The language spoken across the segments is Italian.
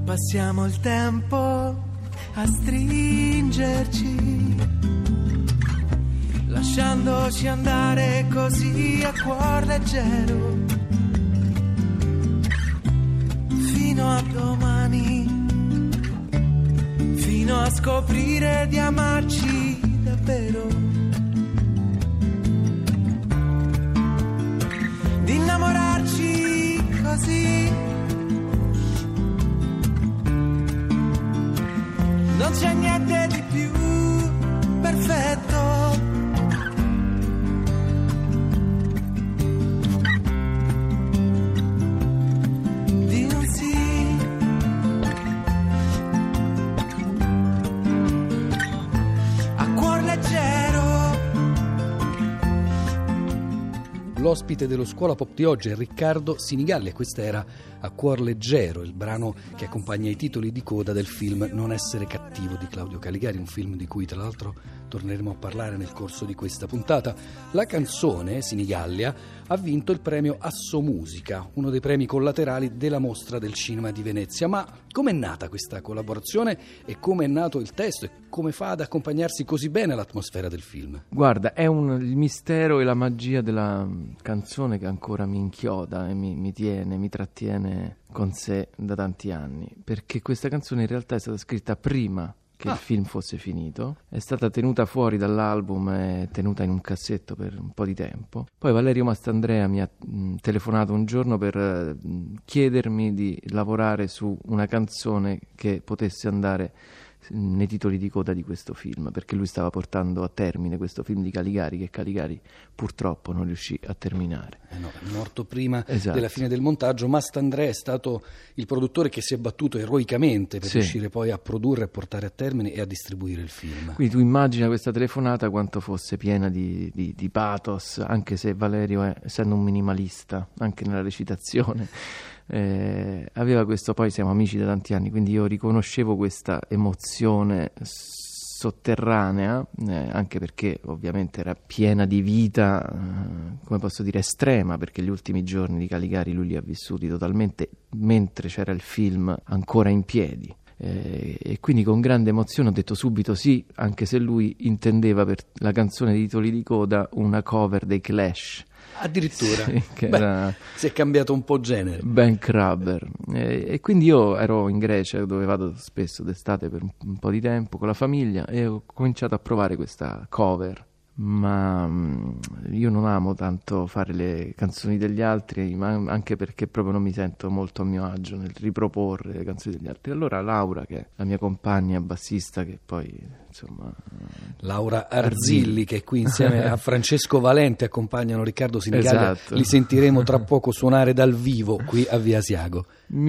Passiamo il tempo a stringerci, lasciandoci andare così a cuor leggero, fino a domani, fino a scoprire di amarci davvero, di innamorarci così. Non c'è niente di più perfetto. Di un sì. A cuor leggero. L'ospite dello Scuola Pop di oggi è Riccardo Sinigallia. Questa era A cuor leggero, il brano che accompagna i titoli di coda del film Non essere cattivo di Claudio Caligari, un film di cui tra l'altro torneremo a parlare nel corso di questa puntata. La canzone, Sinigallia, ha vinto il premio Asso Musica, uno dei premi collaterali della Mostra del Cinema di Venezia. Ma com'è nata questa collaborazione e come è nato il testo e come fa ad accompagnarsi così bene all'atmosfera del film? Guarda, è il mistero e la magia della canzone che ancora mi inchioda e mi trattiene con sé da tanti anni, perché questa canzone in realtà è stata scritta prima che il film fosse finito, è stata tenuta fuori dall'album e tenuta in un cassetto per un po' di tempo. Poi Valerio Mastandrea mi ha telefonato un giorno per chiedermi di lavorare su una canzone che potesse andare nei titoli di coda di questo film, perché lui stava portando a termine questo film di Caligari, che Caligari purtroppo non riuscì a terminare. No, è morto prima Esatto. della fine del montaggio. Mastandrea è stato il produttore che si è battuto eroicamente per riuscire poi a produrre, a portare a termine e a distribuire il film. Quindi tu immagina questa telefonata quanto fosse piena di pathos, anche se Valerio, essendo un minimalista anche nella recitazione, aveva questo. Poi siamo amici da tanti anni, quindi io riconoscevo questa emozione sotterranea, anche perché ovviamente era piena di vita, come posso dire, estrema, perché gli ultimi giorni di Caligari lui li ha vissuti totalmente mentre c'era il film ancora in piedi. E quindi con grande emozione ho detto subito sì, anche se lui intendeva per la canzone di titoli di coda una cover dei Clash. Addirittura, sì, che era si è cambiato un po' genere. Ben Crabber. E quindi io ero in Grecia, dove vado spesso d'estate per un po' di tempo con la famiglia, e ho cominciato a provare questa cover. Ma io non amo tanto fare le canzoni degli altri, ma anche perché proprio non mi sento molto a mio agio nel riproporre le canzoni degli altri. Allora Laura, che è la mia compagna bassista, che poi insomma Laura Arzilli, che è qui insieme a Francesco Valente accompagnano Riccardo Sinigallia. Esatto. Li sentiremo tra poco suonare dal vivo qui a Via Asiago.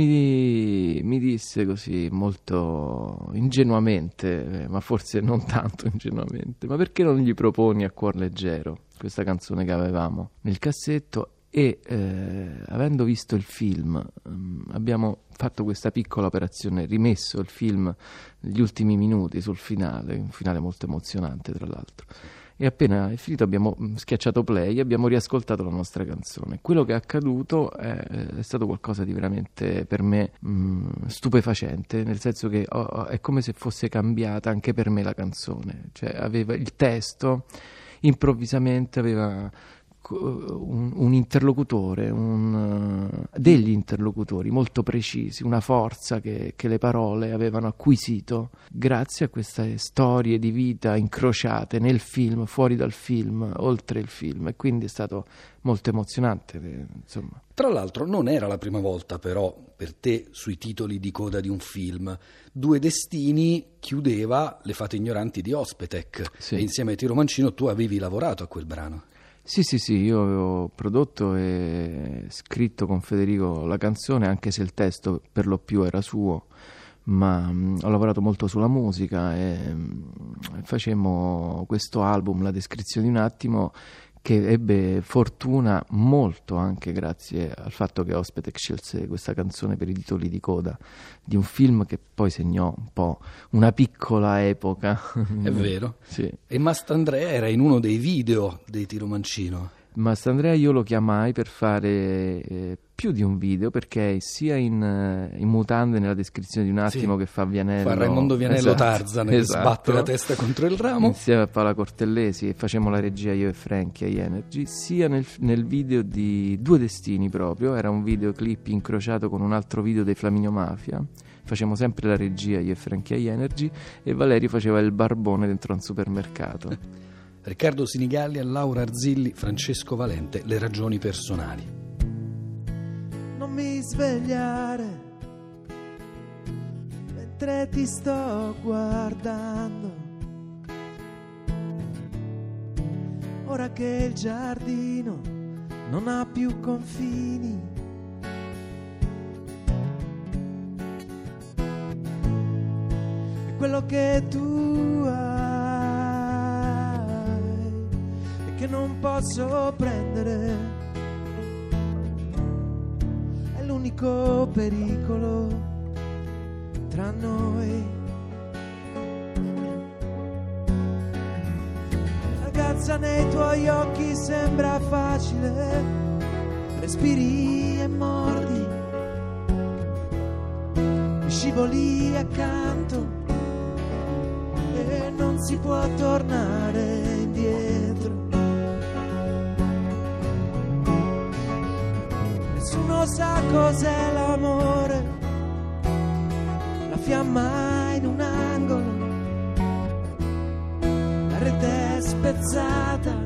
Mi disse così molto ingenuamente, ma forse non tanto ingenuamente, ma perché non gli proponi A cuor leggero, questa canzone che avevamo nel cassetto? E avendo visto il film abbiamo fatto questa piccola operazione, rimesso il film negli ultimi minuti sul finale, un finale molto emozionante tra l'altro. E appena è finito abbiamo schiacciato play e abbiamo riascoltato la nostra canzone. Quello che è accaduto è stato qualcosa di veramente per me stupefacente, nel senso che è come se fosse cambiata anche per me la canzone. Cioè aveva il testo, improvvisamente aveva un interlocutore, degli interlocutori molto precisi, una forza che le parole avevano acquisito grazie a queste storie di vita incrociate nel film, fuori dal film, oltre il film, e quindi è stato molto emozionante, insomma. Tra l'altro non era la prima volta però per te sui titoli di coda di un film. Due Destini chiudeva Le fate ignoranti di Ospetec, sì. E insieme a Tiro Mancino tu avevi lavorato a quel brano. Sì, io avevo prodotto e scritto con Federico la canzone, anche se il testo per lo più era suo, ma ho lavorato molto sulla musica e facemmo questo album, La descrizione di un attimo, che ebbe fortuna molto anche grazie al fatto che Ospetec scelse questa canzone per i titoli di coda di un film che poi segnò un po' una piccola epoca. È vero? Sì. E Mastandrea era in uno dei video dei Tiro Mancino. Mastandrea io lo chiamai per fare più di un video, perché è sia in mutande nella descrizione di un attimo, che fa Vianello, fa Raimondo Vianello, esatto, Tarzan, che sbatte la testa contro il ramo, insieme a Paola Cortellesi, e facciamo la regia io e Frankie ai Energy, sia nel video di Due Destini proprio, era un videoclip incrociato con un altro video dei Flaminio Mafia. Facevamo sempre la regia io e Frankie ai Energy, e Valerio faceva il barbone dentro un supermercato. Riccardo Sinigallia, Laura Arzilli, Francesco Valente, Le ragioni personali. Non mi svegliare mentre ti sto guardando, ora che il giardino non ha più confini. E quello che tu hai e che non posso prendere è l'unico pericolo tra noi. Ragazza, nei tuoi occhi sembra facile, respiri e mordi, mi scivoli accanto e non si può tornare indietro. Nessuno sa cos'è l'amore, la fiamma in un angolo, la rete è spezzata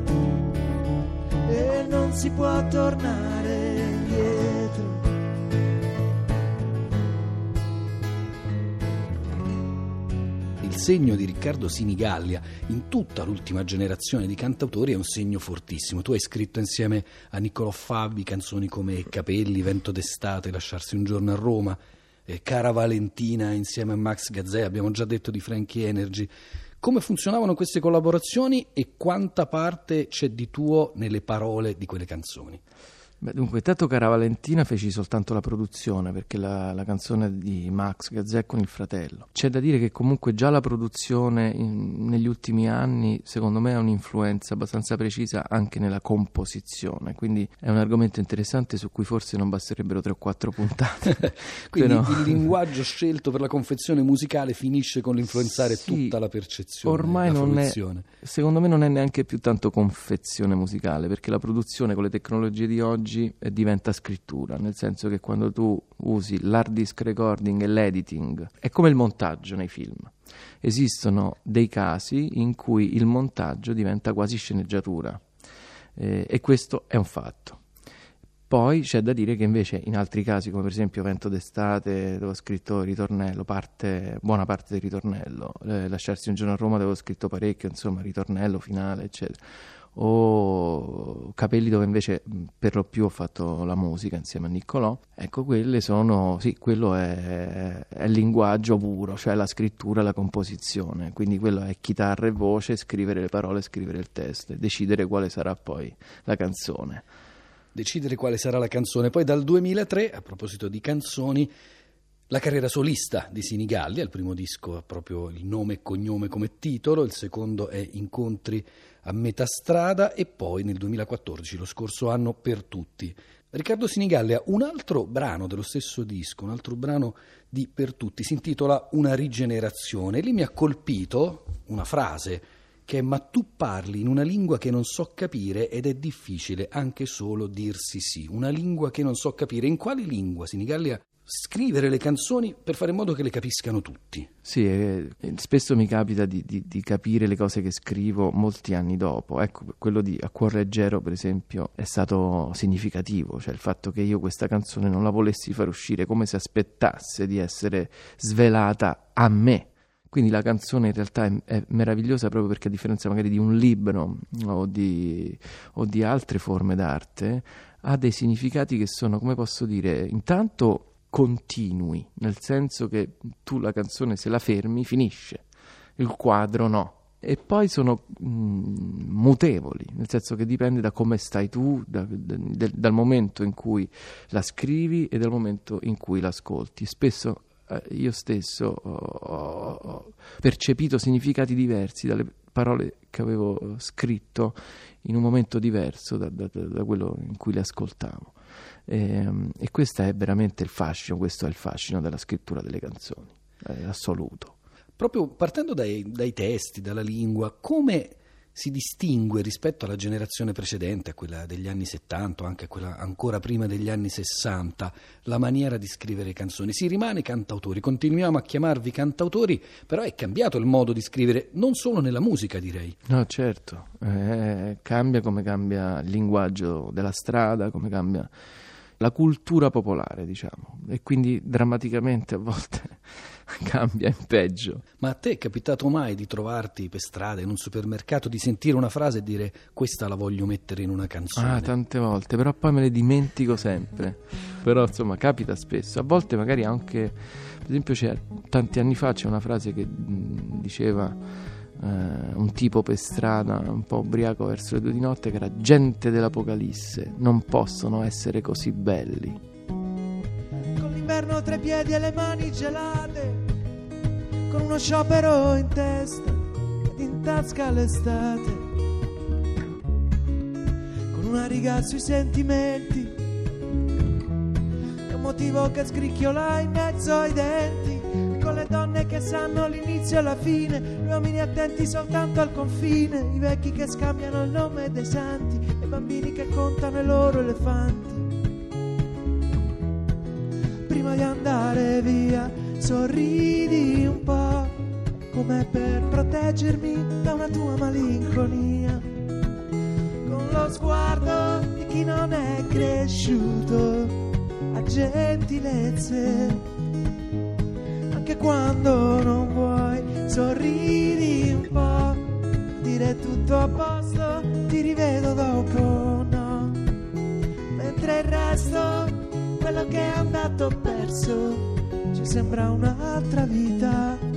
e non si può tornare indietro. Il segno di Riccardo Sinigallia in tutta l'ultima generazione di cantautori è un segno fortissimo. Tu hai scritto insieme a Niccolò Fabi canzoni come Capelli, Vento d'estate, Lasciarsi un giorno a Roma, Cara Valentina insieme a Max Gazzè, abbiamo già detto di Frankie Energy. Come funzionavano queste collaborazioni e quanta parte c'è di tuo nelle parole di quelle canzoni? Beh, dunque, intanto Cara Valentina feci soltanto la produzione, perché la canzone di Max Gazzè con il fratello. C'è da dire che comunque già la produzione negli ultimi anni, secondo me, ha un'influenza abbastanza precisa anche nella composizione, quindi è un argomento interessante su cui forse non basterebbero 3 o 4 puntate. Quindi Però il linguaggio scelto per la confezione musicale finisce con l'influenzare tutta la percezione, ormai la non fruizione. Secondo me non è neanche più tanto confezione musicale, perché la produzione con le tecnologie di oggi diventa scrittura, nel senso che quando tu usi l'hard disk recording e l'editing è come il montaggio nei film. Esistono dei casi in cui il montaggio diventa quasi sceneggiatura, e questo è un fatto. Poi c'è da dire che invece in altri casi, come per esempio Vento d'estate, dove ho scritto ritornello, buona parte del ritornello, Lasciarsi un giorno a Roma, dove ho scritto parecchio, insomma, ritornello, finale, eccetera, o Capelli, dove invece per lo più ho fatto la musica insieme a Niccolò. Ecco, quelle sono, sì, quello è il linguaggio puro, cioè la scrittura, la composizione, quindi quello è chitarra e voce, scrivere le parole, scrivere il testo e decidere quale sarà poi la canzone. Decidere quale sarà la canzone. Poi dal 2003, a proposito di canzoni, la carriera solista di Sinigallia. Il primo disco ha proprio il nome e cognome come titolo, il secondo è Incontri a metà strada, e poi nel 2014, lo scorso anno, Per tutti. Riccardo Sinigallia, un altro brano dello stesso disco, un altro brano di Per tutti, si intitola Una rigenerazione. Lì mi ha colpito una frase che è: ma tu parli in una lingua che non so capire ed è difficile anche solo dirsi sì. Una lingua che non so capire. In quale lingua, Sinigallia, scrivere le canzoni per fare in modo che le capiscano tutti? Sì, spesso mi capita di capire le cose che scrivo molti anni dopo. Ecco, quello di A cuor leggero, per esempio, è stato significativo, cioè il fatto che io questa canzone non la volessi far uscire come se aspettasse di essere svelata a me. Quindi la canzone in realtà è meravigliosa proprio perché, a differenza magari di un libro o di altre forme d'arte, ha dei significati che sono, come posso dire, intanto continui, nel senso che tu la canzone, se la fermi, finisce, il quadro no, e poi sono mutevoli, nel senso che dipende da come stai tu, dal momento in cui la scrivi e dal momento in cui l'ascolti. Spesso io stesso ho percepito significati diversi dalle parole che avevo scritto in un momento diverso da quello in cui le ascoltavo. E questo è veramente il fascino, questo è il fascino della scrittura delle canzoni, assoluto. Proprio partendo dai testi, dalla lingua, come si distingue rispetto alla generazione precedente, a quella degli anni 70, anche a quella ancora prima degli anni 60, la maniera di scrivere canzoni? Si rimane cantautori, continuiamo a chiamarvi cantautori, però è cambiato il modo di scrivere, non solo nella musica, direi. No, certo, cambia come cambia il linguaggio della strada, come cambia la cultura popolare, diciamo, e quindi drammaticamente a volte cambia in peggio. Ma a te è capitato mai di trovarti per strada, in un supermercato, di sentire una frase e dire questa la voglio mettere in una canzone? Ah, tante volte, però poi me le dimentico sempre. Però insomma capita spesso, a volte magari anche, per esempio tanti anni fa c'è una frase che diceva un tipo per strada un po' ubriaco verso le 2 di notte, che era: gente dell'Apocalisse, non possono essere così belli. Con l'inverno tra i piedi e le mani gelate, con uno sciopero in testa ed in tasca l'estate, con una riga sui sentimenti e un motivo che scricchiola in mezzo ai denti, con le donne che sanno l'inizio e la fine, gli uomini attenti soltanto al confine, i vecchi che scambiano il nome dei santi e i bambini che contano i loro elefanti. Prima di andare via sorridi un po', come per proteggermi da una tua malinconia, con lo sguardo di chi non è cresciuto a gentilezze. Anche quando non vuoi sorridi un po', dire tutto a posto, ti rivedo dopo, no. Mentre il resto, quello che è andato perso, ci sembra un'altra vita.